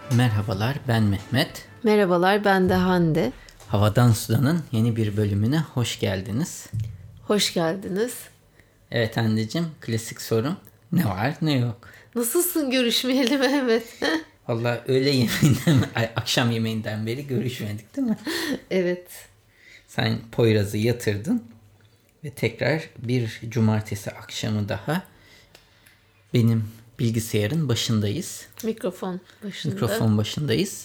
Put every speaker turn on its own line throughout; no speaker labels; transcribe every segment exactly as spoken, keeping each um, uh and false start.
Merhabalar, ben Mehmet.
Merhabalar, ben de Hande.
Havadan Sudan'ın yeni bir bölümüne hoş geldiniz.
Hoş geldiniz.
Evet Hande'cim, klasik sorum. Ne var ne yok?
Nasılsın görüşmeyeli Mehmet?
Vallahi öğle yemeğinden, akşam yemeğinden beri görüşmedik değil mi?
Evet.
Sen Poyraz'ı yatırdın ve tekrar bir cumartesi akşamı daha benim bilgisayarın başındayız.
Mikrofon başında.
Mikrofon başındayız.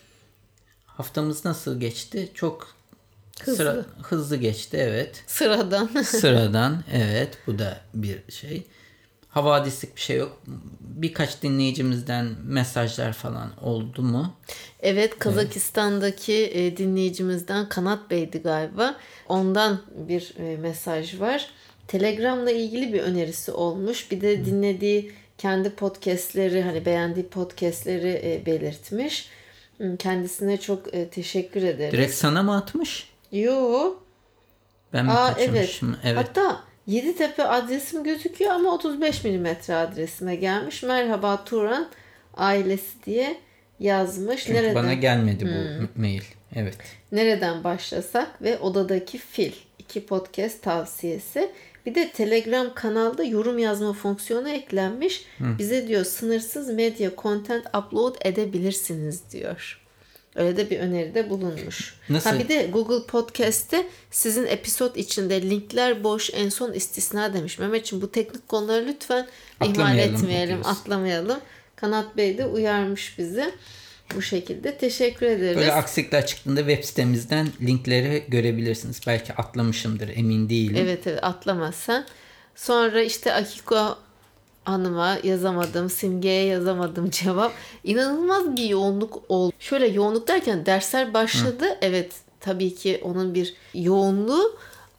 Haftamız nasıl geçti? Çok
hızlı.
Sıra, hızlı geçti evet.
Sıradan.
Sıradan evet, bu da bir şey. Havadislik bir şey yok. Birkaç dinleyicimizden mesajlar falan oldu mu?
Evet, Kazakistan'daki evet. dinleyicimizden Kanat Bey'di galiba. Ondan bir mesaj var. Telegram'la ilgili bir önerisi olmuş. Bir de dinlediği kendi podcastleri, hani beğendiği podcastleri belirtmiş. Kendisine çok teşekkür ederiz.
Direkt sana mı atmış?
Yo.
Ben mi
Aa,
kaçırmışım?
Evet.
Evet.
Hatta Yeditepe adresim gözüküyor ama otuz beş milimetre adresime gelmiş. Merhaba Turan ailesi diye yazmış.
Çünkü
Nereden?
bana gelmedi bu
hmm.
mail. Evet.
Nereden başlasak ve odadaki fil. İki podcast tavsiyesi. Bir de Telegram kanalda yorum yazma fonksiyonu eklenmiş. Hı. Bize diyor sınırsız medya content upload edebilirsiniz diyor. Öyle de bir öneride bulunmuş.
Nasıl?
Ha bir de Google Podcast'te sizin episod içinde linkler boş, en son istisna demiş. Mehmetciğim, bu teknik konuları lütfen ihmal etmeyelim, diyorsun. atlamayalım. Kanat Bey de uyarmış bizi. Bu şekilde teşekkür ederiz.
Böyle aksilikler çıktığında web sitemizden linkleri görebilirsiniz. Belki atlamışımdır, emin değilim.
Evet evet, atlamazsan. Sonra işte Akiko Hanım'a yazamadım, Simge'ye yazamadım cevap. İnanılmaz bir yoğunluk oldu. Şöyle yoğunluk derken dersler başladı. Hı. Evet, tabii ki onun bir yoğunluğu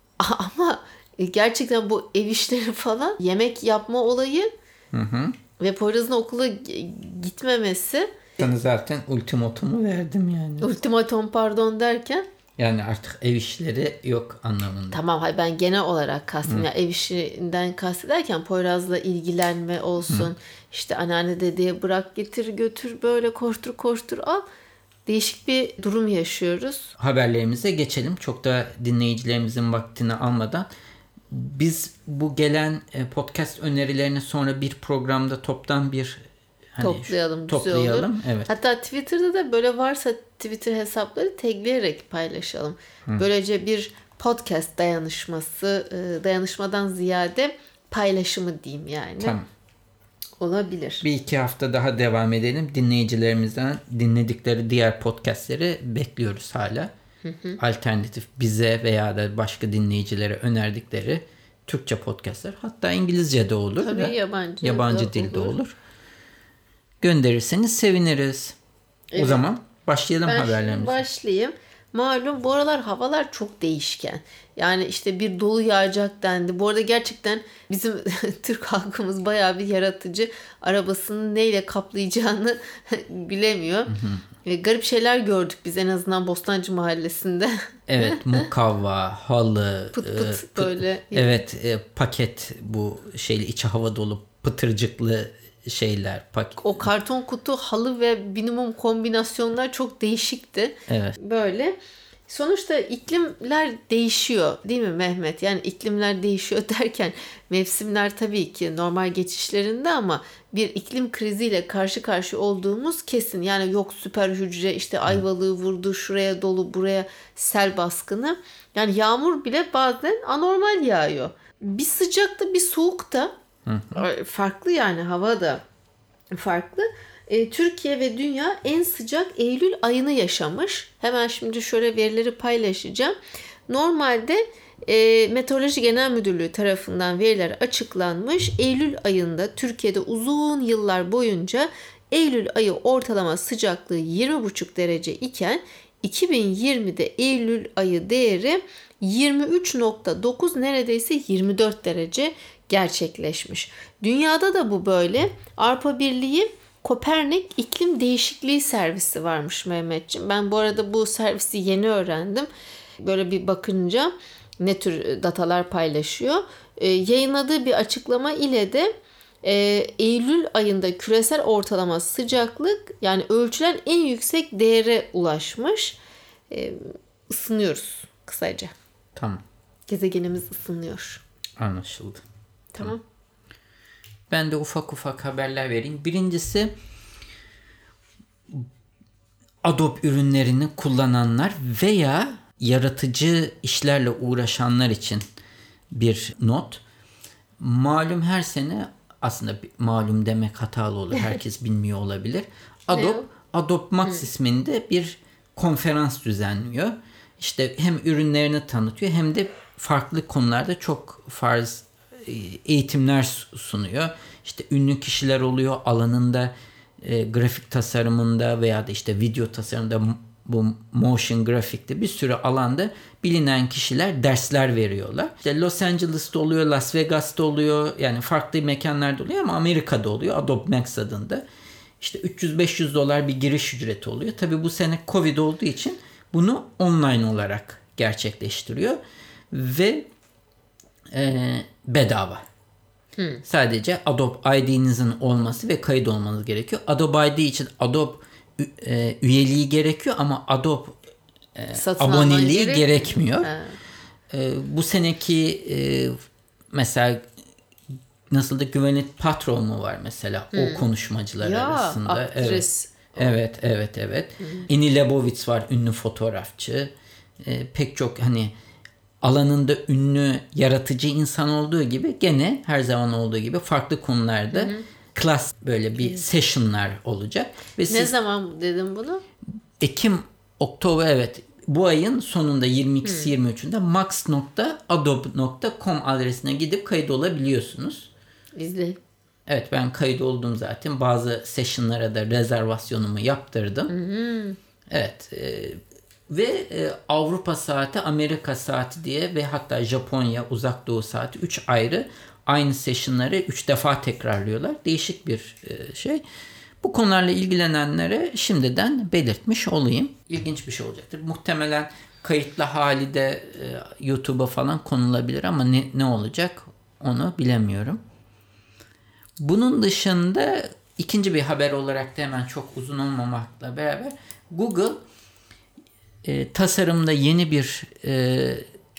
ama gerçekten bu ev işleri falan, yemek yapma olayı
hı hı.
ve Poyraz'ın okula gitmemesi.
Sana zaten ultimatomu verdim yani.
Ultimatom pardon derken?
Yani artık ev işleri yok anlamında.
Tamam, hayır, ben genel olarak kastım. Yani ev işinden kastederken Poyraz'la ilgilenme olsun. Hı. İşte anneanne dedeye bırak getir götür, böyle koştur koştur al. Değişik bir durum yaşıyoruz.
Haberlerimize geçelim. Çok da dinleyicilerimizin vaktini almadan. Biz bu gelen podcast önerilerini sonra bir programda toptan bir hani
toplayalım.
Toplayalım. Evet.
Hatta Twitter'da da böyle varsa Twitter hesapları tagleyerek paylaşalım. Hı. Böylece bir podcast dayanışması, dayanışmadan ziyade paylaşımı diyeyim yani.
Tamam.
Olabilir.
Bir iki hafta daha devam edelim. Dinleyicilerimizden dinledikleri diğer podcastleri bekliyoruz hala. Hı hı. Alternatif bize veya da başka dinleyicilere önerdikleri Türkçe podcastler. Hatta İngilizce de olur.
Tabii yabancı,
yabancı dilde olur. olur. Gönderirseniz seviniriz. Evet. O zaman başlayalım ben haberlerimize.
Başlayayım. Malum bu aralar havalar çok değişken. Yani işte bir dolu yağacak dendi. Bu arada gerçekten bizim Türk halkımız bayağı bir yaratıcı. Arabasını neyle kaplayacağını bilemiyor. Hı hı. E, garip şeyler gördük biz en azından Bostancı Mahallesi'nde.
Evet, mukavva, halı,
pıt pıt,
e, pıt
böyle.
Evet, e, paket, bu şeyli içi hava dolu pıtırcıklı şeyler. Paket.
O karton kutu, halı ve minimum kombinasyonlar çok değişikti.
Evet.
Böyle. Sonuçta iklimler değişiyor değil mi Mehmet? Yani iklimler değişiyor derken mevsimler tabii ki normal geçişlerinde ama bir iklim kriziyle karşı karşıya olduğumuz kesin. Yani yok süper hücre, işte ayvalığı vurdu, şuraya dolu, buraya sel baskını. Yani yağmur bile bazen anormal yağıyor. Bir sıcakta bir soğukta farklı, yani hava da farklı. E, Türkiye ve dünya en sıcak Eylül ayını yaşamış. Hemen şimdi şöyle verileri paylaşacağım. Normalde e, Meteoroloji Genel Müdürlüğü tarafından veriler açıklanmış. Eylül ayında Türkiye'de uzun yıllar boyunca Eylül ayı ortalama sıcaklığı yirmi buçuk derece iken iki bin yirmide Eylül ayı değeri yirmi üç nokta dokuz, neredeyse yirmi dört derece gerçekleşmiş. Dünyada da bu böyle. Avrupa Birliği Kopernik İklim Değişikliği Servisi varmış Mehmetciğim. Ben bu arada bu servisi yeni öğrendim. Böyle bir bakınca ne tür datalar paylaşıyor. Ee, yayınladığı bir açıklama ile de e, Eylül ayında küresel ortalama sıcaklık yani ölçülen en yüksek değere ulaşmış. E, ısınıyoruz kısaca.
Tamam.
Gezegenimiz ısınıyor.
Anlaşıldı.
Tamam.
Tamam. Ben de ufak ufak haberler vereyim. Birincisi, Adobe ürünlerini kullananlar veya yaratıcı işlerle uğraşanlar için bir not. Malum her sene, aslında malum demek hatalı olur. Herkes bilmiyor olabilir. Adobe, Adobe Max hmm. isminde bir konferans düzenliyor. İşte hem ürünlerini tanıtıyor hem de farklı konularda çok farz eğitimler sunuyor. İşte ünlü kişiler oluyor alanında, e, grafik tasarımında veya da işte video tasarımında, bu motion grafikte bir sürü alanda bilinen kişiler dersler veriyorlar. İşte Los Angeles'ta oluyor, Las Vegas'ta oluyor, yani farklı mekanlarda oluyor ama Amerika'da oluyor Adobe Max adında. İşte üç yüz beş yüz dolar bir giriş ücreti oluyor. Tabii bu sene Covid olduğu için bunu online olarak gerçekleştiriyor ve e, bedava. Hmm. Sadece Adobe I D'nizin olması ve kayıt olmanız gerekiyor. Adobe I D için Adobe e, üyeliği gerekiyor ama Adobe e, aboneliği gerek gerekmiyor. E, bu seneki e, mesela nasıl da Gwyneth Paltrow mu var mesela hmm. o konuşmacılar
ya,
arasında.
Aktris.
Evet, evet, evet, evet. Hmm. Annie Leibovitz var, ünlü fotoğrafçı. E, pek çok hani alanında ünlü yaratıcı insan olduğu gibi gene her zaman olduğu gibi farklı konularda hı hı. class böyle bir session'lar olacak. Ve
ne
siz,
zaman dedim bunu?
Ekim, Oktober, evet. Bu ayın sonunda yirmi ikisi yirmi üçünde max nokta adobe nokta com adresine gidip kayıt olabiliyorsunuz.
İzle.
Evet, ben kayıt oldum zaten. Bazı session'lara da rezervasyonumu yaptırdım. Hı hı. Evet. E, Ve e, Avrupa saati, Amerika saati diye ve hatta Japonya, Uzak Doğu saati üç ayrı aynı session'ları üç defa tekrarlıyorlar. Değişik bir e, şey. Bu konularla ilgilenenlere şimdiden belirtmiş olayım. İlginç bir şey olacaktır. Muhtemelen kayıtlı hali de e, YouTube'a falan konulabilir ama ne, ne olacak onu bilemiyorum. Bunun dışında ikinci bir haber olarak da hemen çok uzun olmamakla beraber Google E, tasarımda yeni bir e,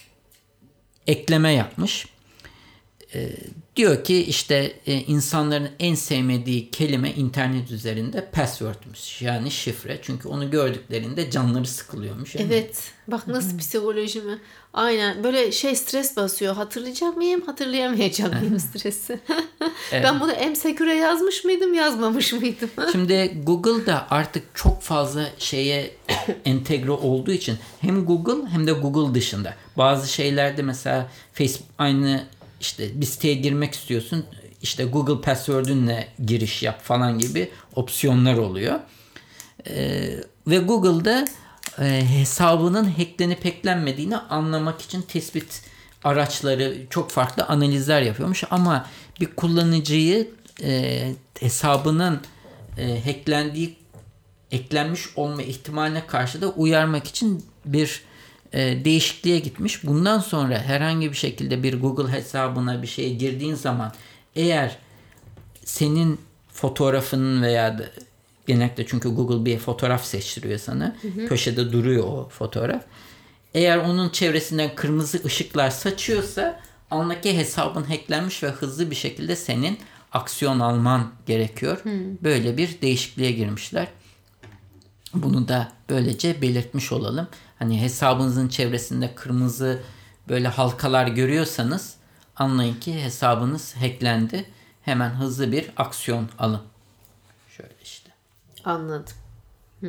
ekleme yapmış. E, diyor ki işte e, insanların en sevmediği kelime internet üzerinde password'müş. Yani şifre. Çünkü onu gördüklerinde canları sıkılıyormuş. Yani.
Evet. Bak nasıl psikoloji mi? Aynen. Böyle şey stres basıyor. Hatırlayacak mıyım? Hatırlayamayacak mıyım stresi? Evet. Ben bunu M-Secure'e yazmış mıydım? Yazmamış mıydım? Şimdi
Google'da artık çok fazla şeye entegre olduğu için hem Google hem de Google dışında bazı şeylerde mesela Facebook aynı işte bir siteye girmek istiyorsun. İşte Google password'ünle giriş yap falan gibi opsiyonlar oluyor. Ee, ve Google'da e, hesabının hacklenip hacklenmediğini anlamak için tespit araçları, çok farklı analizler yapıyormuş ama bir kullanıcıyı e, hesabının e, hacklendiği, eklenmiş olma ihtimaline karşı da uyarmak için bir e, değişikliğe gitmiş. Bundan sonra herhangi bir şekilde bir Google hesabına bir şeye girdiğin zaman eğer senin fotoğrafının veya da genellikle çünkü Google bir fotoğraf seçtiriyor sana. Hı hı. Köşede duruyor o fotoğraf. Eğer onun çevresinden kırmızı ışıklar saçıyorsa anla ki hesabın hacklenmiş ve hızlı bir şekilde senin aksiyon alman gerekiyor. Hı. Böyle bir değişikliğe girmişler. Bunu da böylece belirtmiş olalım. Hani hesabınızın çevresinde kırmızı böyle halkalar görüyorsanız anlayın ki hesabınız hacklendi. Hemen hızlı bir aksiyon alın. Şöyle işte.
Anladım. Hmm.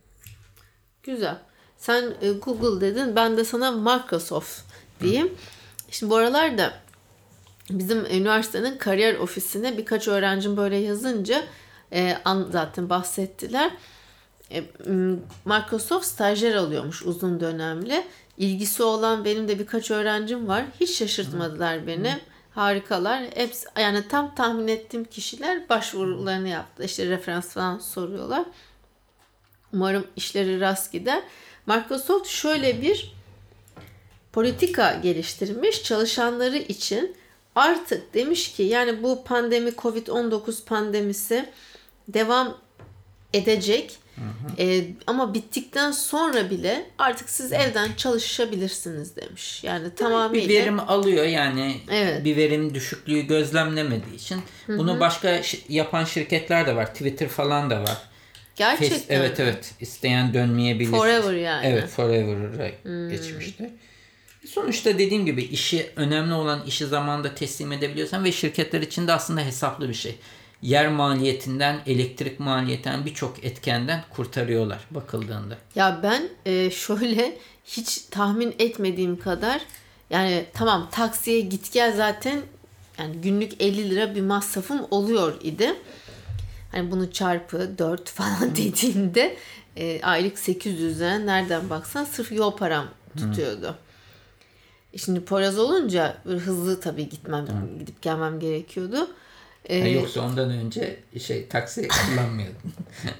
Güzel. Sen e, Google dedin. Ben de sana Microsoft diyeyim. Hı. Şimdi bu aralarda bizim üniversitenin kariyer ofisine birkaç öğrencim böyle yazınca e, an, zaten bahsettiler. E, Microsoft stajyer alıyormuş uzun dönemli. İlgisi olan benim de birkaç öğrencim var. Hiç şaşırtmadılar Hı. beni. Hı. Harikalar. Hepsi, yani tam tahmin ettiğim kişiler başvurularını yaptı. İşte referans falan soruyorlar. Umarım işleri rast gider. Microsoft şöyle bir politika geliştirmiş. Çalışanları için artık demiş ki yani bu pandemi kovid on dokuz pandemisi devam edecek. Hı hı. E, ama bittikten sonra bile artık siz evden çalışabilirsiniz demiş. Yani tamamıyla.
Bir verim alıyor yani evet. Bir verim düşüklüğü gözlemlemediği için. Hı hı. Bunu başka yapan şirketler de var. Twitter falan da var.
Gerçekten.
Face, evet evet. İsteyen dönmeyebilir.
Forever yani.
Evet, forever'a hmm. geçmişti. Sonuçta dediğim gibi işi önemli olan işi zamanında teslim edebiliyorsan ve şirketler için de aslında hesaplı bir şey. Yer maliyetinden, elektrik maliyetinden birçok etkenden kurtarıyorlar bakıldığında.
Ya ben e, şöyle hiç tahmin etmediğim kadar yani tamam taksiye git gel zaten yani günlük elli lira bir masrafım oluyor idi. Hani bunu çarpı dört falan dediğinde e, aylık sekiz yüz lira nereden baksan sırf yol param tutuyordu. Hmm. Şimdi Poyraz olunca hızlı tabii gitmem, hmm. gidip gelmem gerekiyordu.
Ee, Yoksa ondan önce şey taksi kullanmıyordun.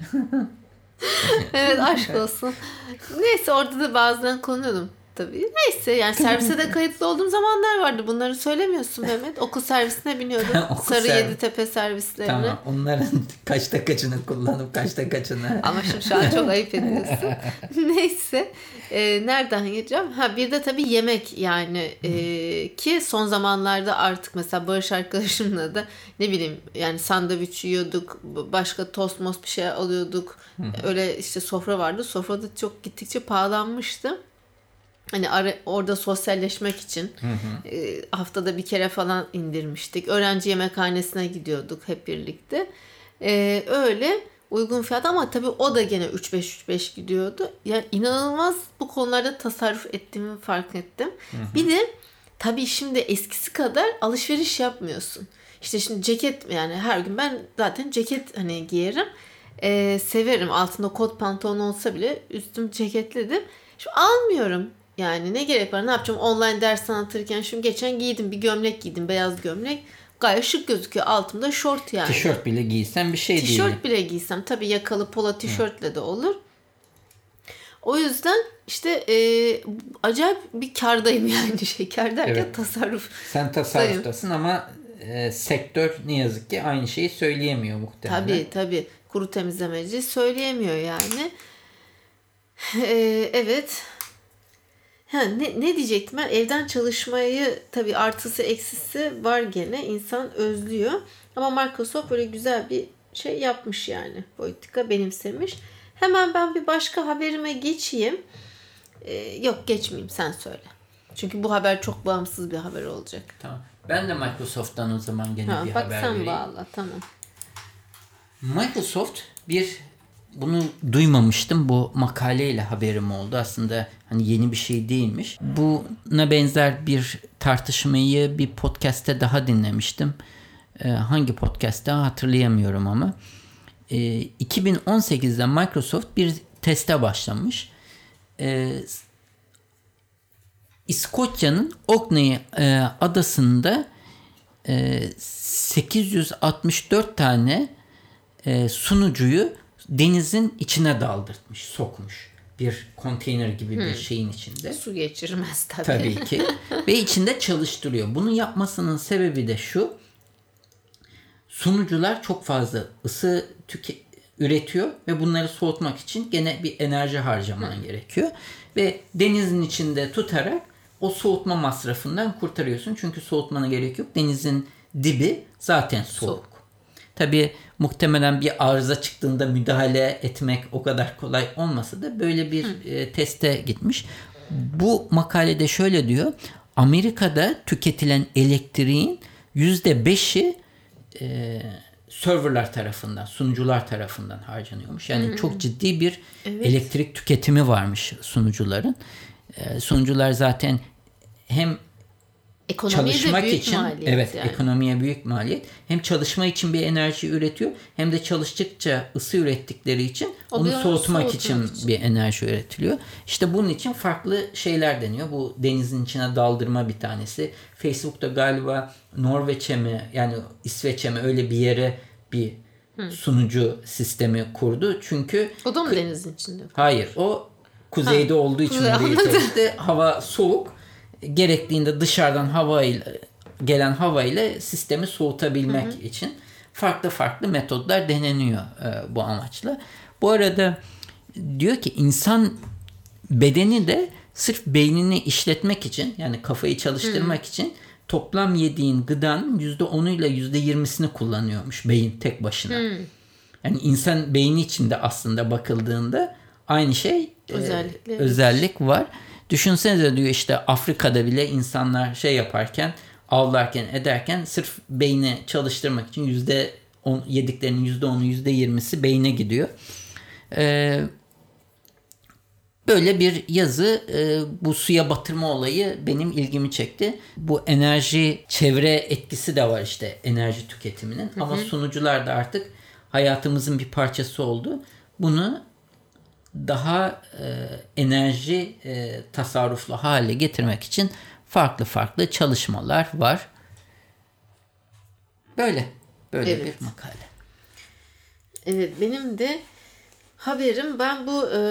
Evet aşk olsun. Neyse orada da bazen kullanıyordum tabii. Neyse yani servise de kayıtlı olduğum zamanlar vardı. Bunları söylemiyorsun Mehmet. Okul servisine biniyordum. Sarı servis. Yeditepe servislerine.
Tamam. Onların kaçta kaçını kullanıp kaçta kaçını.
Ama şimdi şu an çok ayıp ediyorsun. Neyse. E, nereden gireceğim? Ha bir de tabii yemek yani e, ki son zamanlarda artık mesela Barış arkadaşımla da ne bileyim yani sandviç yiyorduk. Başka tost most bir şey alıyorduk. Öyle işte sofra vardı. Sofrada çok gittikçe pahalanmıştı. Hani ara, orada sosyalleşmek için hı hı. E, haftada bir kere falan indirmiştik. Öğrenci yemekhanesine gidiyorduk hep birlikte. E, öyle uygun fiyat ama tabii o da gene üç beş üç beş gidiyordu. Yani inanılmaz bu konularda tasarruf ettiğimi fark ettim. Hı hı. Bir de tabii şimdi eskisi kadar alışveriş yapmıyorsun. İşte şimdi ceket yani her gün ben zaten ceket hani giyerim. E, severim altında kot pantolon olsa bile üstüm ceketledim. Şimdi almıyorum. Yani ne gerek var? Ne yapacağım? Online ders anlatırken şimdi geçen giydim. Bir gömlek giydim. Beyaz gömlek. Gayet şık gözüküyor. Altımda şort yani.
Tişört bile giysem bir şey değil.
Tişört bile giysem. Tabii yakalı polo tişörtle Hı. de olur. O yüzden işte e, acayip bir kârdayım yani. Şey, kâr derken evet. tasarruf.
Sen tasarruftasın ama e, sektör ne yazık ki aynı şeyi söyleyemiyor muhtemelen.
Tabii tabii. Kuru temizlemeci söyleyemiyor yani. E, evet. Ha, ne, ne diyecektim ben? Evden çalışmayı tabii artısı eksisi var gene. İnsan özlüyor. Ama Microsoft böyle güzel bir şey yapmış yani. Politika benimsemiş. Hemen ben bir başka haberime geçeyim. Ee, yok geçmeyeyim sen söyle. Çünkü bu haber çok bağımsız bir haber olacak.
Tamam. Ben de Microsoft'tan o zaman gene ha, bir haber vereyim.
Bak sen bağla tamam.
Microsoft bir bunu duymamıştım. Bu makaleyle haberim oldu. Aslında hani yeni bir şey değilmiş. Buna benzer bir tartışmayı bir podcast'te daha dinlemiştim. Ee, hangi podcast'te hatırlayamıyorum ama. Ee, iki bin on sekizde Microsoft bir teste başlamış. Ee, İskoçya'nın Orkney e, adasında e, sekiz yüz altmış dört tane e, sunucuyu denizin içine daldırtmış, sokmuş. Bir konteyner gibi hmm. bir şeyin içinde.
Su geçirmez tabii.
Tabii ki. Ve içinde çalıştırıyor. Bunu yapmasının sebebi de şu. Sunucular çok fazla ısı tüke- üretiyor ve bunları soğutmak için gene bir enerji harcaman hmm. gerekiyor. Ve denizin içinde tutarak o soğutma masrafından kurtarıyorsun. Çünkü soğutmana gerek yok. Denizin dibi zaten soğuk. soğuk. Tabii muhtemelen bir arıza çıktığında müdahale etmek o kadar kolay olmasa da böyle bir e, teste gitmiş. Bu makalede şöyle diyor. Amerika'da tüketilen elektriğin yüzde beşi e, serverlar tarafından, sunucular tarafından harcanıyormuş. Yani hmm. çok ciddi bir evet. elektrik tüketimi varmış sunucuların. E, sunucular zaten hem
ekonomiye
çalışmak
büyük
için evet
yani.
ekonomiye büyük maliyet. Hem çalışma için bir enerji üretiyor hem de çalıştıkça ısı ürettikleri için o onu soğutmak için, için bir enerji üretiliyor. İşte bunun için farklı şeyler deniyor. Bu denizin içine daldırma bir tanesi. Facebook'ta galiba Norveç'e mi yani İsveç'e mi öyle bir yere bir Hı. sunucu sistemi kurdu. Çünkü
o da mı denizin içinde?
Hayır. O kuzeyde ha. olduğu için oraya hava soğuk. Gerektiğinde dışarıdan havayla gelen hava ile sistemi soğutabilmek hı hı. için farklı farklı metodlar deneniyor e, bu amaçla. Bu arada diyor ki insan bedeni de sırf beynini işletmek için, yani kafayı çalıştırmak hmm. için toplam yediğin gıdanın yüzde onuyla yüzde yirmisini kullanıyormuş beyin tek başına. Hmm. Yani insan beyni içinde aslında bakıldığında aynı şey e, özellik var. Düşünsenize diyor işte Afrika'da bile insanlar şey yaparken, avlarken ederken sırf beyni çalıştırmak için yüzde on, yediklerinin yüzde onu yüzde yirmisi beyne gidiyor. Ee, böyle bir yazı, e, bu suya batırma olayı benim ilgimi çekti. Bu enerji çevre etkisi de var işte enerji tüketiminin. Hı hı. Ama sunucular da artık hayatımızın bir parçası oldu. Bunu daha e, enerji e, tasarruflu hale getirmek için farklı farklı çalışmalar var. Böyle. Böyle evet. bir makale.
Evet, benim de haberim, ben bu e,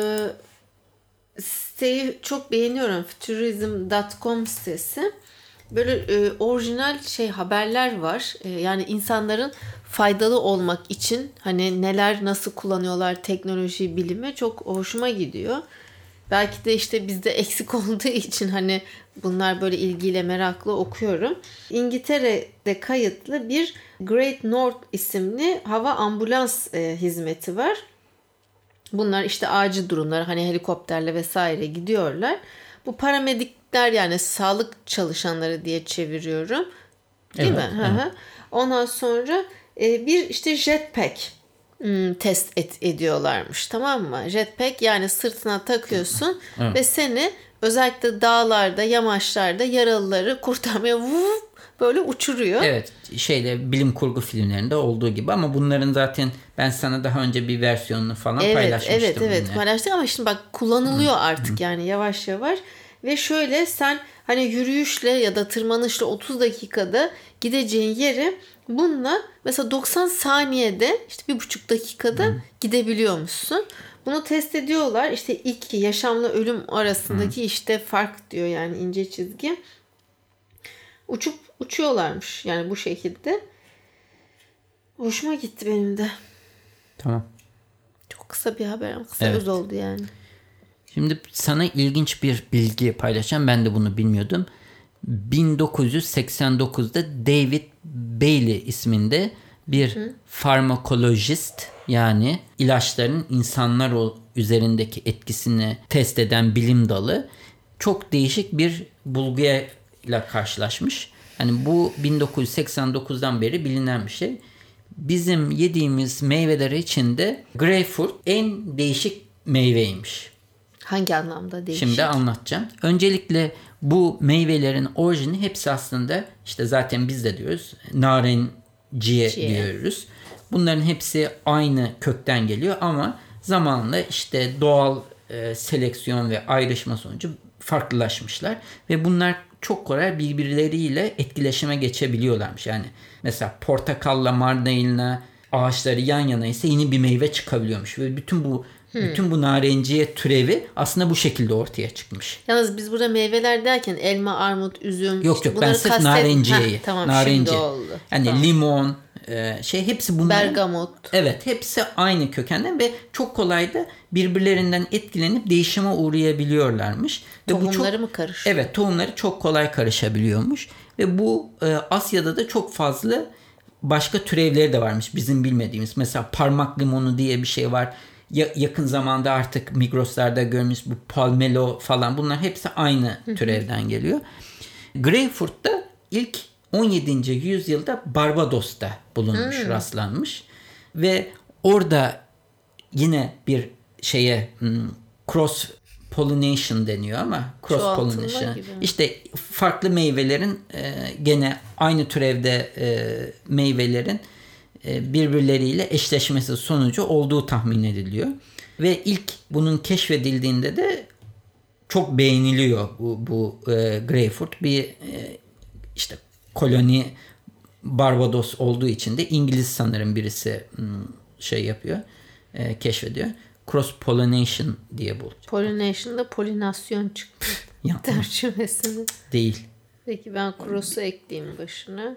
siteyi çok beğeniyorum. futurism nokta com sitesi. Böyle e, orijinal şey haberler var. E, yani insanların faydalı olmak için hani neler nasıl kullanıyorlar teknoloji, bilimi, çok hoşuma gidiyor. Belki de işte bizde eksik olduğu için hani bunlar böyle ilgiyle meraklı okuyorum. İngiltere'de kayıtlı bir Great North isimli hava ambulans e, hizmeti var. Bunlar işte acil durumlar, hani helikopterle vesaire gidiyorlar. Bu paramedikler, yani sağlık çalışanları diye çeviriyorum. Değil evet, mi? Evet. Ondan sonra e, bir işte jetpack hmm, test et, ediyorlarmış, tamam mı? Jetpack yani sırtına takıyorsun evet. ve seni özellikle dağlarda, yamaçlarda yaralıları kurtarmaya vuv, böyle uçuruyor.
Evet, şeyde bilim kurgu filmlerinde olduğu gibi, ama bunların zaten ben sana daha önce bir versiyonunu falan
evet,
paylaşmıştım.
Evet, evet,
yine.
paylaştık ama şimdi bak kullanılıyor artık yani yavaş yavaş. Ve şöyle, sen hani yürüyüşle ya da tırmanışla otuz dakikada gideceğin yere bununla mesela doksan saniyede, işte bir buçuk dakikada hmm. gidebiliyormuşsun. Bunu test ediyorlar. İşte ilk yaşamla ölüm arasındaki hmm. işte fark diyor, yani ince çizgi. Uçup uçuyorlarmış yani bu şekilde. Hoşuma gitti benim de.
Tamam.
Çok kısa bir haber ama kısa evet. öz oldu yani.
Şimdi sana ilginç bir bilgi paylaşacağım. Ben de bunu bilmiyordum. bin dokuz yüz seksen dokuzda David Bailey isminde bir Hı. farmakolojist, yani ilaçların insanlar üzerindeki etkisini test eden bilim dalı çok değişik bir bulguya ile karşılaşmış. Yani bu bin dokuz yüz seksen dokuzdan beri bilinen bir şey. Bizim yediğimiz meyveler içinde greyfurt en değişik meyveymiş.
Hangi anlamda değişik?
Şimdi anlatacağım. Öncelikle bu meyvelerin orijini hepsi aslında işte zaten biz de diyoruz narenciye Ciye. diyoruz. Bunların hepsi aynı kökten geliyor ama zamanla işte doğal e, seleksiyon ve ayrışma sonucu farklılaşmışlar ve bunlar çok kolay birbirleriyle etkileşime geçebiliyorlarmış. Yani mesela portakalla mandalina ağaçları yan yana ise yeni bir meyve çıkabiliyormuş ve bütün bu Hmm. Bütün bu narenciye türevi aslında bu şekilde ortaya çıkmış.
Yalnız biz burada meyveler derken elma, armut, üzüm.
Yok işte yok ben sırf kastet... narenciyeyi.
Heh, tamam
narenci.
şimdi oldu.
Yani
tamam.
limon, şey hepsi bunların.
Bergamot.
Evet, hepsi aynı kökenden ve çok kolay da birbirlerinden etkilenip değişime uğrayabiliyorlarmış. Ve
tohumları
bu çok,
mı karışıyor?
Evet, tohumları çok kolay karışabiliyormuş ve bu Asya'da da çok fazla başka türevleri de varmış bizim bilmediğimiz. Mesela parmak limonu diye bir şey var. Ya, yakın zamanda artık Migros'larda görmüş bu palmelo falan, bunlar hepsi aynı türevden geliyor. Greyfurt da ilk on yedinci yüzyılda Barbados'ta bulunmuş, hmm. rastlanmış. Ve orada yine bir şeye cross pollination deniyor ama cross pollination. İşte farklı meyvelerin e, gene aynı türevde e, meyvelerin birbirleriyle eşleşmesi sonucu olduğu tahmin ediliyor. Ve ilk bunun keşfedildiğinde de çok beğeniliyor bu, bu e, greyfurt. Bir e, işte koloni Barbados olduğu için de İngiliz sanırım birisi şey yapıyor, e, keşfediyor. Cross pollination diye bu.
Pollination'da polinasyon çıktı. Tercümesini.
Değil.
Peki ben cross'u ekleyeyim başına.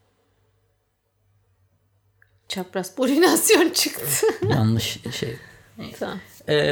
Çapraz polinasyon çıktı.
Yanlış şey.
Tamam.
Ee,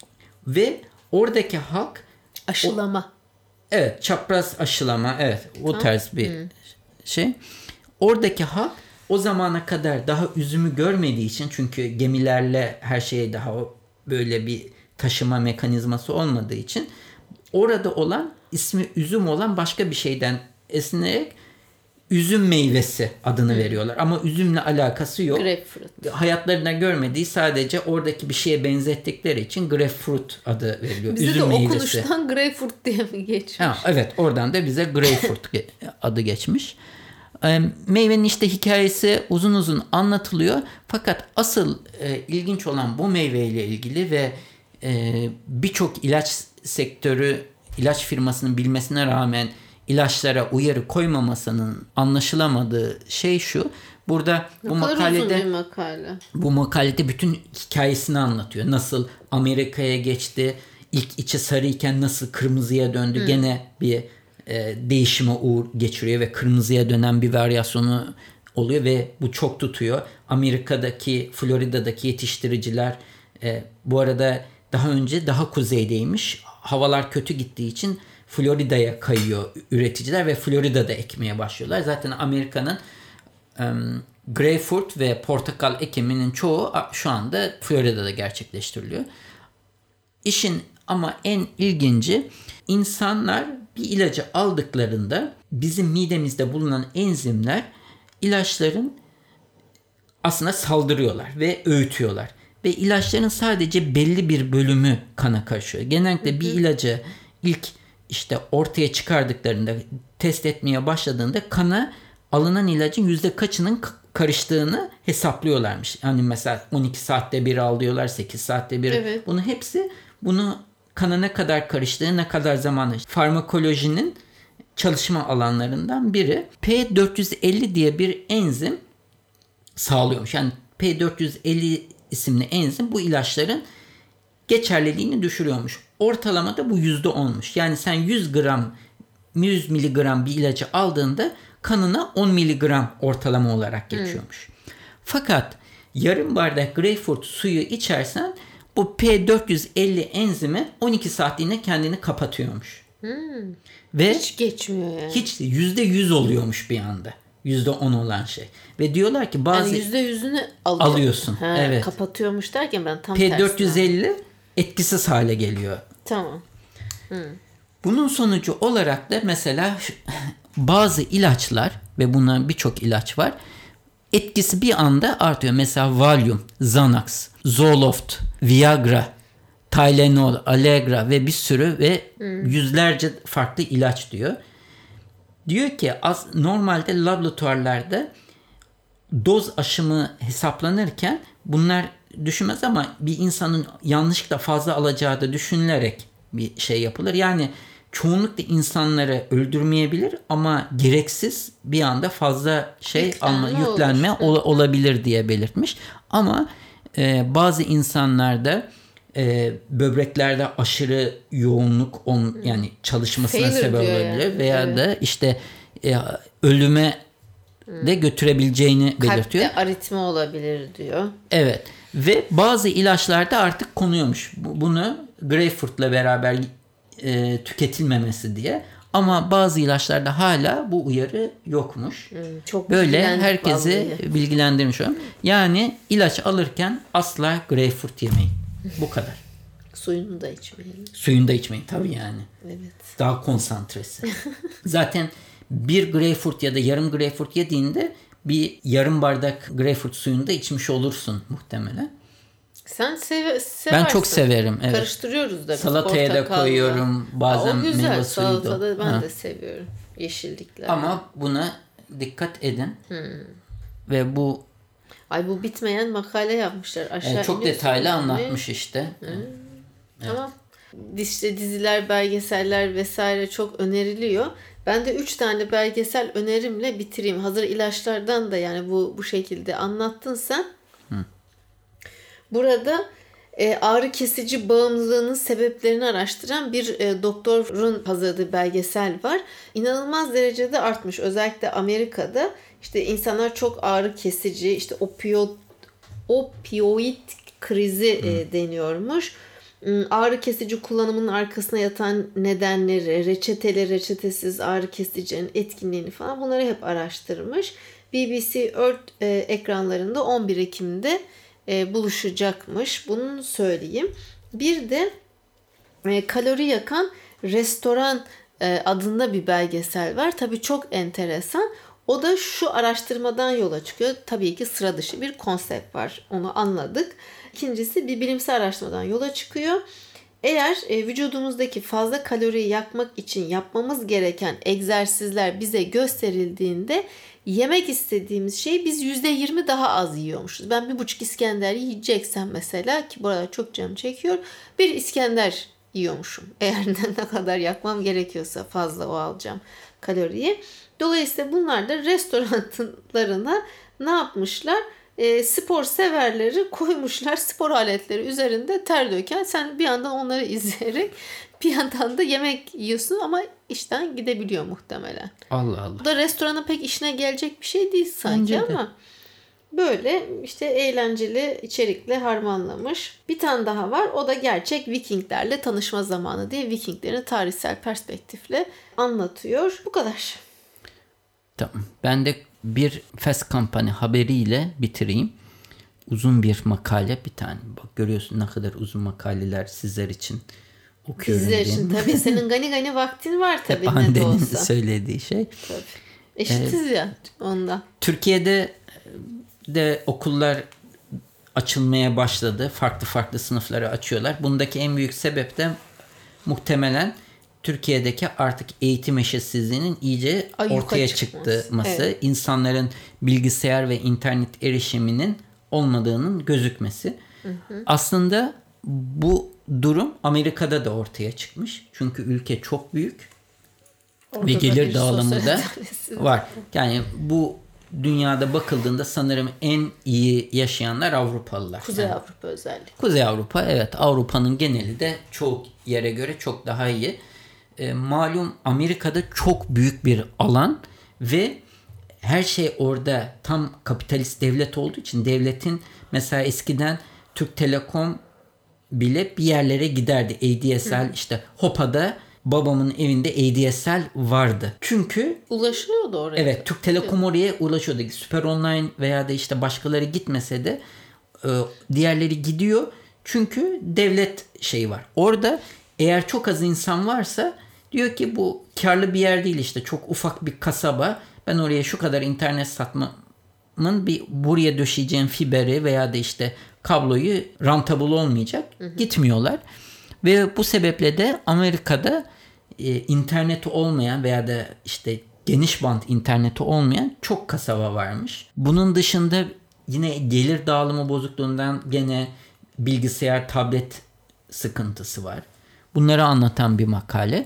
ve oradaki halk
aşılama.
O, evet, çapraz aşılama, evet, o tamam. tarz bir hmm. şey. Oradaki halk o zamana kadar daha üzümü görmediği için, çünkü gemilerle her şeye daha böyle bir taşıma mekanizması olmadığı için orada olan ismi üzüm olan başka bir şeyden esinlenerek üzüm meyvesi adını hmm. veriyorlar. Ama üzümle alakası yok.
Grapefruit.
Hayatlarında görmediği, sadece oradaki bir şeye benzettikleri için grapefruit adı veriliyor.
Bize
üzüm
de
meyvesi.
okunuştan grapefruit diye mi geçmiş?
Ha, evet, oradan da bize grapefruit adı geçmiş. E, meyvenin işte hikayesi uzun uzun anlatılıyor. Fakat asıl e, ilginç olan bu meyveyle ilgili ve e, birçok ilaç sektörü, ilaç firmasının bilmesine rağmen ilaçlara uyarı koymamasının anlaşılamadığı şey şu. Burada bu makalede
makale.
bu makalede bütün hikayesini anlatıyor. Nasıl Amerika'ya geçti, ilk içi sarıyken nasıl kırmızıya döndü, hmm. gene bir e, değişime uğur geçiriyor ve kırmızıya dönen bir varyasyonu oluyor ve bu çok tutuyor. Amerika'daki, Florida'daki yetiştiriciler e, bu arada daha önce daha kuzeydeymiş. Havalar kötü gittiği için Florida'ya kayıyor üreticiler ve Florida'da ekmeye başlıyorlar. Zaten Amerika'nın um, greyfurt ve portakal ekiminin çoğu şu anda Florida'da gerçekleştiriliyor. İşin ama en ilginci, insanlar bir ilacı aldıklarında bizim midemizde bulunan enzimler ilaçların aslında saldırıyorlar ve öğütüyorlar. Ve ilaçların sadece belli bir bölümü kana karışıyor. Genellikle hı hı. bir ilacı ilk işte ortaya çıkardıklarında, test etmeye başladığında kana alınan ilacın yüzde kaçının karıştığını hesaplıyorlarmış. Yani mesela on iki saatte bir al diyorlar, sekiz saatte bir. Evet. Bunu hepsi, bunu kana ne kadar karıştığı, ne kadar zamanı. Farmakolojinin çalışma alanlarından biri. P dört yüz elli diye bir enzim sağlıyormuş. Yani P dört yüz elli isimli enzim bu ilaçların geçerliliğini düşürüyormuş. Ortalamada bu yüzde onmuş. Yani sen yüz gram, yüz miligram bir ilacı aldığında kanına on miligram ortalama olarak geçiyormuş. Hmm. Fakat yarım bardak greyfurt suyu içersen bu P dört yüz elli enzimi on iki saatliğine kendini kapatıyormuş.
Hmm.
Ve
hiç geçmiyor yani.
Hiç, yüzde yüz oluyormuş bir anda. yüzde on olan şey. Ve diyorlar ki bazı...
Yani yüzde yüzünü alıyor.
alıyorsun.
Ha, evet. Kapatıyormuş derken ben tam
P dört yüz elli tersine. Etkisiz hale geliyor.
Tamam. Hmm.
Bunun sonucu olarak da mesela bazı ilaçlar ve bunların birçok ilaç var, etkisi bir anda artıyor. Mesela Valium, Xanax, Zoloft, Viagra, Tylenol, Allegra ve bir sürü ve hmm. yüzlerce farklı ilaç diyor. Diyor ki az, normalde laboratuvarlarda doz aşımı hesaplanırken bunlar düşünmez ama bir insanın yanlışlıkla fazla alacağı da düşünülerek bir şey yapılır. Yani çoğunlukla insanları öldürmeyebilir ama gereksiz bir anda fazla şey yüklenme alma, yüklenme ol, olabilir diye belirtmiş. Ama e, bazı insanlarda e, böbreklerde aşırı yoğunluk on, yani çalışmasına Failure sebep olabilir yani. Veya evet. da işte e, ölüme hmm. de götürebileceğini belirtiyor.
Kalpte aritmi olabilir diyor.
Evet. Ve bazı ilaçlarda artık konuyormuş. Bunu greyfurtla beraber e, tüketilmemesi diye. Ama bazı ilaçlarda hala bu uyarı yokmuş. Hmm, çok böyle herkesi vallahi. bilgilendirmiş olalım. Yani ilaç alırken asla greyfurt yemeyin. Bu kadar.
Suyunu da içmeyin.
Suyunu da içmeyin tabii yani.
Evet.
Daha konsantresi. Zaten bir greyfurt ya da yarım greyfurt yediğinde bir yarım bardak greyfurt suyunu da içmiş olursun muhtemelen.
Sen seve, seversin.
Ben çok severim. Evet.
Karıştırıyoruz da biz.
Salataya da koyuyorum. Bazen
Aa, o güzel.
meyve suyu da.
Salatada ben ha. de seviyorum. Yeşillikler.
Ama buna dikkat edin. Hmm. Ve bu
Ay bu bitmeyen makale yapmışlar. Aşağı
evet, çok detaylı anlatmış işte.
Hmm. Evet. Tamam. İşte diziler, belgeseller vesaire çok öneriliyor. Ben de üç tane belgesel önerimle bitireyim. Hazır ilaçlardan da yani bu bu şekilde anlattın sen. Hı. Burada e, ağrı kesici bağımlılığının sebeplerini araştıran bir e, doktorun hazırladığı belgesel var. İnanılmaz derecede artmış. Özellikle Amerika'da işte insanlar çok ağrı kesici, işte opioid, opioid krizi e, deniyormuş. Ağrı kesici kullanımının arkasına yatan nedenleri, reçeteli, reçetesiz ağrı kesicinin etkinliğini falan bunları hep araştırmış. B B C Earth e, ekranlarında on bir Ekim'de e, buluşacakmış. Bunu söyleyeyim. Bir de e, kalori yakan restoran e, adında bir belgesel var. Tabii çok enteresan. O da şu araştırmadan yola çıkıyor. Tabii ki sıra dışı bir konsept var. Onu anladık. İkincisi bir bilimsel araştırmadan yola çıkıyor. Eğer e, vücudumuzdaki fazla kaloriyi yakmak için yapmamız gereken egzersizler bize gösterildiğinde yemek istediğimiz şeyi biz yüzde yirmi daha az yiyormuşuz. Ben bir buçuk İskender yiyeceksem mesela, ki bu arada çok canım çekiyor, bir İskender yiyormuşum. Eğer ne kadar yakmam gerekiyorsa fazla o alacağım kaloriyi. Dolayısıyla bunlar da restoranlarına ne yapmışlar? E, spor severleri koymuşlar spor aletleri üzerinde ter döken. Sen bir yandan onları izleyerek bir yandan da yemek yiyorsun ama işten gidebiliyor muhtemelen.
Allah Allah.
Bu da restoranın pek işine gelecek bir şey değil sanki ama böyle işte eğlenceli içerikle harmanlamış. Bir tane daha var. O da gerçek Vikinglerle tanışma zamanı diye Vikinglerin tarihsel perspektifle anlatıyor. Bu kadar.
Tamam. Ben de bir Fast Company haberiyle bitireyim. Uzun bir makale, bir tane. Bak görüyorsun ne kadar uzun makaleler sizler için okuyorum.
Bizler için tabii. Senin gani gani vaktin var tabii ne de
Hande'nin
olsa.
söylediği şey.
Tabii. Eşitiz ee, ya ondan.
Türkiye'de de okullar açılmaya başladı. Farklı farklı sınıfları açıyorlar. Bundaki en büyük sebep de muhtemelen Türkiye'deki artık eğitim eşitsizliğinin iyice Ay, ortaya çıkması, evet. insanların bilgisayar ve internet erişiminin olmadığının gözükmesi. Hı hı. Aslında bu durum Amerika'da da ortaya çıkmış. Çünkü ülke çok büyük. Orada ve gelir dağılımı da var. Yani bu dünyada bakıldığında sanırım en iyi yaşayanlar Avrupalılar.
Kuzey
yani,
Avrupa özellikle.
Kuzey Avrupa, evet, Avrupa'nın geneli de çoğu yere göre çok daha iyi. E, malum Amerika'da çok büyük bir alan ve her şey orada tam kapitalist devlet olduğu için devletin mesela eskiden Türk Telekom bile bir yerlere giderdi. A D S L Hı. işte Hopa'da babamın evinde A D S L vardı. Çünkü
ulaşılıyordu oraya.
Evet, Türk Telekom oraya ulaşıyordu. Süper Online veya da işte başkaları gitmese de diğerleri gidiyor. Çünkü devlet şeyi var. Orada eğer çok az insan varsa diyor ki bu karlı bir yer değil, işte çok ufak bir kasaba. Ben oraya şu kadar internet satmamın bir buraya döşeyeceğim fiberi veya da işte kabloyu rentable olmayacak. Hı hı. Gitmiyorlar. Ve bu sebeple de Amerika'da e, interneti olmayan veya da işte geniş bant interneti olmayan çok kasaba varmış. Bunun dışında yine gelir dağılımı bozukluğundan gene bilgisayar, tablet sıkıntısı var. Bunları anlatan bir makale.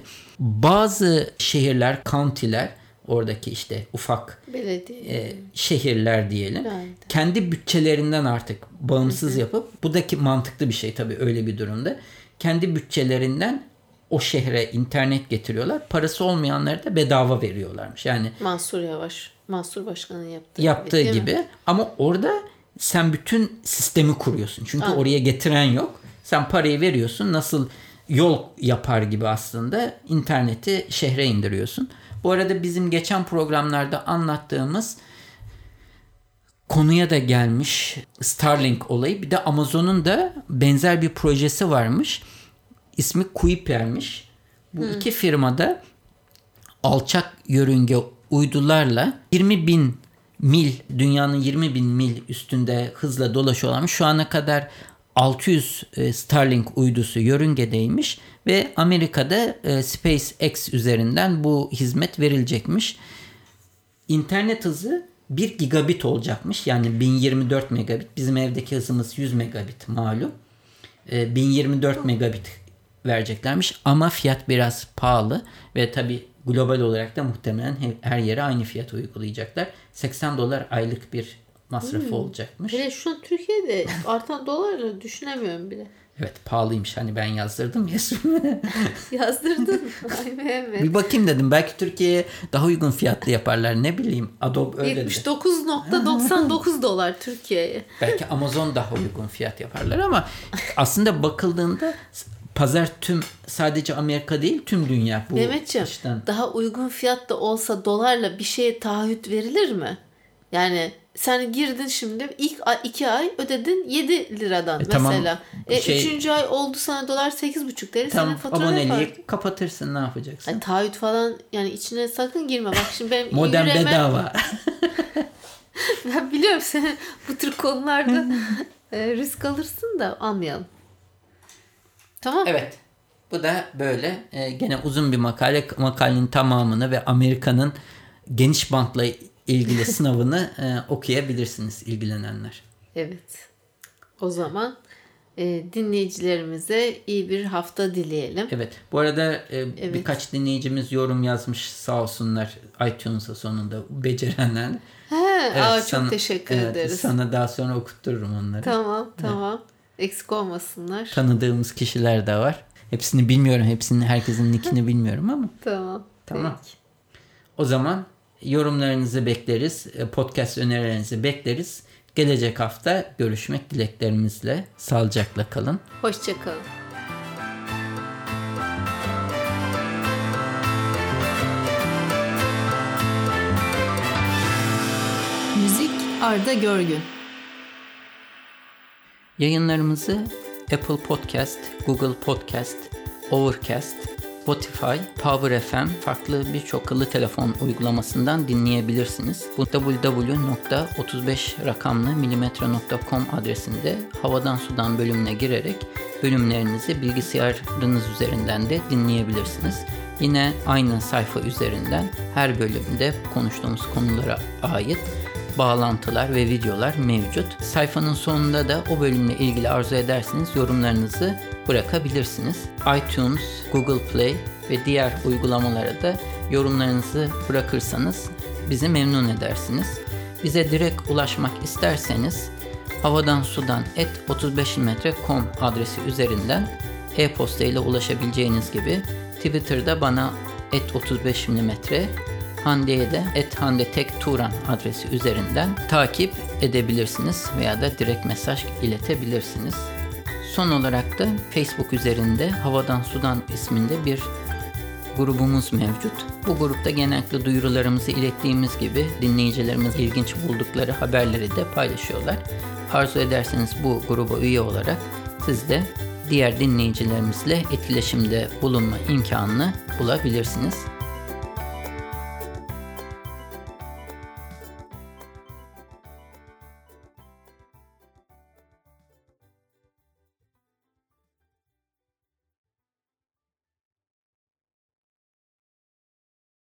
Bazı şehirler, county'ler, oradaki işte ufak e, şehirler diyelim. Evet. Kendi bütçelerinden artık bağımsız hı hı. yapıp, bu da ki mantıklı bir şey tabii öyle bir durumda. Kendi bütçelerinden o şehre internet getiriyorlar. Parası olmayanları da bedava veriyorlarmış. Yani
Mansur Yavaş, Mansur Başkan'ın yaptığı,
yaptığı
gibi.
gibi. Ama orada sen bütün sistemi kuruyorsun. Çünkü Anladım. Oraya getiren yok. Sen parayı veriyorsun. Nasıl yol yapar gibi aslında interneti şehre indiriyorsun. Bu arada bizim geçen programlarda anlattığımız konuya da gelmiş Starlink olayı. Bir de Amazon'un da benzer bir projesi varmış. İsmi Kuiper'miş. Bu hmm. iki firmada alçak yörünge uydularla yirmi bin mil, dünyanın yirmi bin mil üstünde hızla dolaşıyorlarmış. Şu ana kadar altı yüz Starlink uydusu yörüngedeymiş ve Amerika'da SpaceX üzerinden bu hizmet verilecekmiş. İnternet hızı bir gigabit olacakmış. Yani bin yirmi dört megabit. Bizim evdeki hızımız yüz megabit malum. bin yirmi dört megabit vereceklermiş ama fiyat biraz pahalı ve tabii global olarak da muhtemelen her yere aynı fiyat uygulayacaklar. seksen dolar aylık bir masrafı
Hmm.
olacakmış.
Hele şu an Türkiye'de artan dolarla düşünemiyorum bile.
Evet, pahalıymış. Hani ben yazdırdım ya ismini.
Yazdırdın. Ay Mehmet.
Bir bakayım dedim. Belki Türkiye'ye daha uygun fiyatlı yaparlar. Ne bileyim. Adobe öyle dedi.
yetmiş dokuz virgül doksan dokuz dolar Türkiye'ye.
Belki Amazon daha uygun fiyat yaparlar ama aslında bakıldığında pazar tüm sadece Amerika değil, tüm dünya bu
Mehmetciğim,
işten.
daha uygun fiyatta olsa dolarla bir şeye taahhüt verilir mi? Yani sen girdin şimdi ilk ay, iki ay ödedin yedi liradan
E, tamam.
mesela. E,
Şey-
üçüncü ay oldu sana dolar sekiz buçuk lira.
Tam
Senin fatura
aboneliği
yapar.
kapatırsın, ne yapacaksın?
Yani taahhüt falan yani içine sakın girme. Bak şimdi benim
Modem
yürüme-
bedava.
Ben biliyorum senin bu tür konularda e, risk alırsın da almayalım. Tamam.
Evet. Bu da böyle e, gene uzun bir makale. Makalenin tamamını ve Amerika'nın geniş bantla ilgili sınavını e, okuyabilirsiniz ilgilenenler.
Evet. O zaman e, dinleyicilerimize iyi bir hafta dileyelim.
Evet. Bu arada e,
Evet.
birkaç dinleyicimiz yorum yazmış sağ olsunlar iTunes'a sonunda becerenler.
He,
Evet,
aa, çok
sana-
teşekkür
evet,
ederiz.
Sana daha sonra okuttururum onları.
Tamam tamam. Eksik olmasınlar.
Tanıdığımız kişiler de var. Hepsini bilmiyorum. Hepsinin, herkesin nickini bilmiyorum ama.
Tamam.
Tamam.
Peki.
O zaman yorumlarınızı bekleriz. Podcast önerilerinizi bekleriz. Gelecek hafta görüşmek dileklerimizle. Sağlıcakla kalın.
Hoşçakalın. Müzik Arda Görgün.
Yayınlarımızı Apple Podcast, Google Podcast, Overcast, Spotify, Power F M farklı birçok akıllı telefon uygulamasından dinleyebilirsiniz. Bu double-u double-u double-u nokta otuz beş rakamlı milimetre nokta com adresinde Havadan Sudan bölümüne girerek bölümlerinizi bilgisayarınız üzerinden de dinleyebilirsiniz. Yine aynı sayfa üzerinden her bölümde konuştuğumuz konulara ait bağlantılar ve videolar mevcut. Sayfanın sonunda da o bölümle ilgili arzu ederseniz yorumlarınızı bırakabilirsiniz. iTunes, Google Play ve diğer uygulamalara da yorumlarınızı bırakırsanız bizi memnun edersiniz. Bize direkt ulaşmak isterseniz havadan sudan at otuz beş milimetre nokta com adresi üzerinden e-posta ile ulaşabileceğiniz gibi Twitter'da bana at otuz beş milimetre, Hande'ye de at Hande Tek Turan adresi üzerinden takip edebilirsiniz veya da direkt mesaj iletebilirsiniz. Son olarak da Facebook üzerinde Havadan Sudan isminde bir grubumuz mevcut. Bu grupta genellikle duyurularımızı ilettiğimiz gibi dinleyicilerimiz ilginç buldukları haberleri de paylaşıyorlar. Arzu ederseniz bu gruba üye olarak siz de diğer dinleyicilerimizle etkileşimde bulunma imkanını bulabilirsiniz.